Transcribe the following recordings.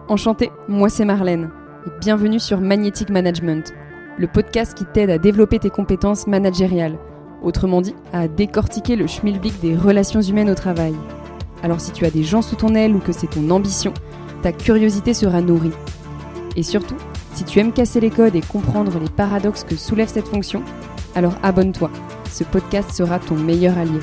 Enchantée, moi c'est Marlène et bienvenue sur Magnetic Management, le podcast qui t'aide à développer tes compétences managériales, autrement dit à décortiquer le schmilblick des relations humaines au travail. Alors si tu as des gens sous ton aile ou que c'est ton ambition, ta curiosité sera nourrie. Et surtout, si tu aimes casser les codes et comprendre les paradoxes que soulève cette fonction, alors abonne-toi, ce podcast sera ton meilleur allié.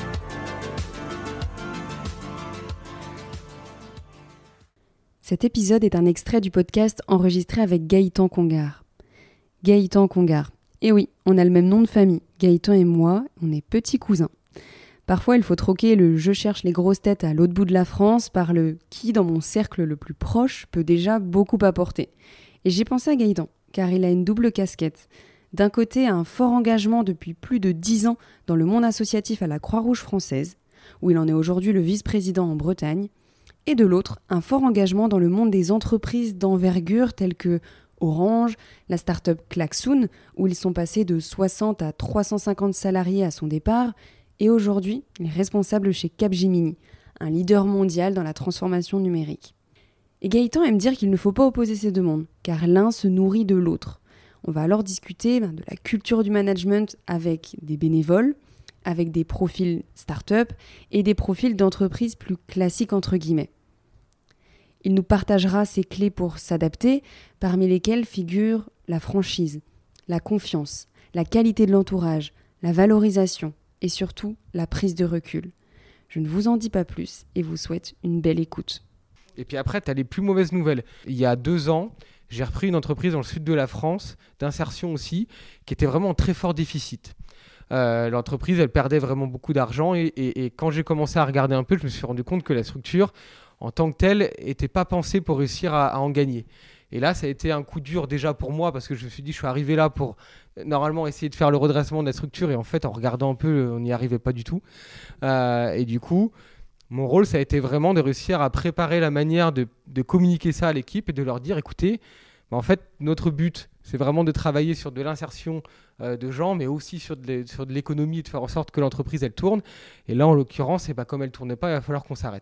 Cet épisode est un extrait du podcast enregistré avec Gaëtan Congar. Gaëtan Congar. Et oui, on a le même nom de famille. Gaëtan et moi, on est petits cousins. Parfois, il faut troquer le « je cherche les grosses têtes à l'autre bout de la France » par le « qui, dans mon cercle le plus proche, peut déjà beaucoup apporter ». Et j'ai pensé à Gaëtan, car il a une double casquette. D'un côté, un fort engagement depuis plus de 10 ans dans le monde associatif à la Croix-Rouge française, où il en est aujourd'hui le vice-président en Bretagne, et de l'autre, un fort engagement dans le monde des entreprises d'envergure telles que Orange, la start-up Klaxoon, où ils sont passés de 60 à 350 salariés à son départ, et aujourd'hui, il est responsable chez Capgemini, un leader mondial dans la transformation numérique. Et Gaëtan aime dire qu'il ne faut pas opposer ces deux mondes, car l'un se nourrit de l'autre. On va alors discuter de la culture du management avec des bénévoles, avec des profils start-up et des profils d'entreprises plus classiques entre guillemets. Il nous partagera ses clés pour s'adapter, parmi lesquelles figurent la franchise, la confiance, la qualité de l'entourage, la valorisation et surtout la prise de recul. Je ne vous en dis pas plus et vous souhaite une belle écoute. Et puis après, tu as les plus mauvaises nouvelles. Il y a 2 ans, j'ai repris une entreprise dans le sud de la France, d'insertion aussi, qui était vraiment en très fort déficit. L'entreprise, elle perdait vraiment beaucoup d'argent et quand j'ai commencé à regarder un peu, je me suis rendu compte que la structure, en tant que telle, n'était pas pensée pour réussir à en gagner. Et là, ça a été un coup dur déjà pour moi parce que je me suis dit, je suis arrivé là pour normalement essayer de faire le redressement de la structure et en fait, en regardant un peu, on n'y arrivait pas du tout. Et du coup, mon rôle, ça a été vraiment de réussir à préparer la manière de communiquer ça à l'équipe et de leur dire, écoutez, en fait, notre but, c'est vraiment de travailler sur de l'insertion de gens, mais aussi sur de l'économie et de faire en sorte que l'entreprise, elle tourne. Et là, en l'occurrence, comme elle ne tournait pas, il va falloir qu'on s'arrête.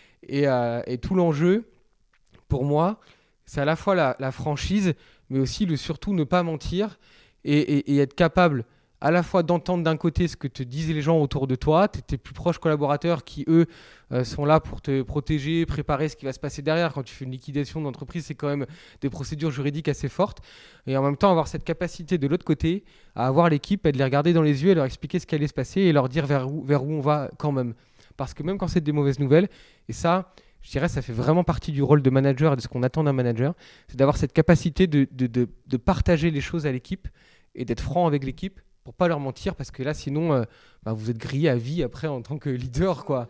Et tout l'enjeu, pour moi, c'est à la fois la franchise, mais aussi surtout ne pas mentir et être capable à la fois d'entendre d'un côté ce que te disent les gens autour de toi, tes plus proches collaborateurs qui, eux, sont là pour te protéger, préparer ce qui va se passer derrière. Quand tu fais une liquidation d'entreprise, c'est quand même des procédures juridiques assez fortes. Et en même temps, avoir cette capacité de l'autre côté à avoir l'équipe, à de les regarder dans les yeux, à leur expliquer ce qui allait se passer et leur dire vers où on va quand même. Parce que même quand c'est des mauvaises nouvelles, et ça, je dirais, ça fait vraiment partie du rôle de manager et de ce qu'on attend d'un manager, c'est d'avoir cette capacité de partager les choses à l'équipe et d'être franc avec l'équipe pour pas leur mentir, parce que là, sinon, vous êtes grillé à vie après en tant que leader, quoi.